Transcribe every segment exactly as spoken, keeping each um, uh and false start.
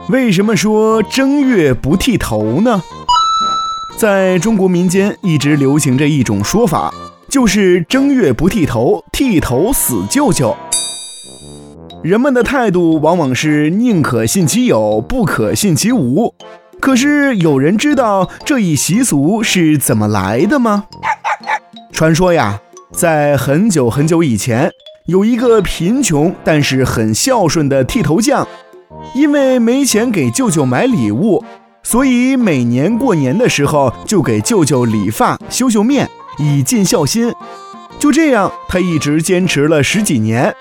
为什么说正月不剃头呢？在中国民间一直流行着一种说法，就是正月不剃头，剃头死舅舅。人们的态度往往是宁可信其有，不可信其无。可是有人知道这一习俗是怎么来的吗？传说呀，在很久很久以前，有一个贫穷但是很孝顺的剃头匠，因为没钱给舅舅买礼物，所以每年过年的时候就给舅舅理发修修面，以尽孝心。就这样，他一直坚持了十几年。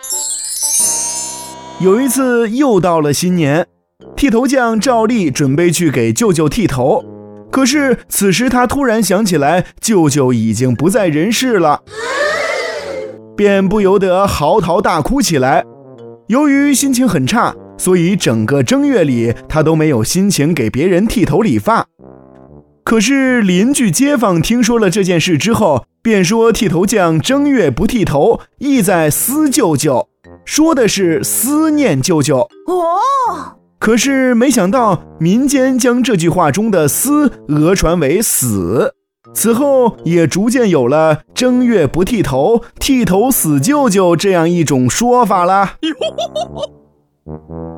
有一次又到了新年，剃头匠照例准备去给舅舅剃头，可是此时他突然想起来舅舅已经不在人世了，便不由得嚎啕大哭起来。由于心情很差，所以整个正月里他都没有心情给别人剃头理发。可是邻居街坊听说了这件事之后，便说剃头匠正月不剃头，意在思舅舅，说的是思念舅舅。 哦， 可是没想到民间将这句话中的思讹传为死，此后也逐渐有了正月不剃头，剃头死舅舅这样一种说法啦。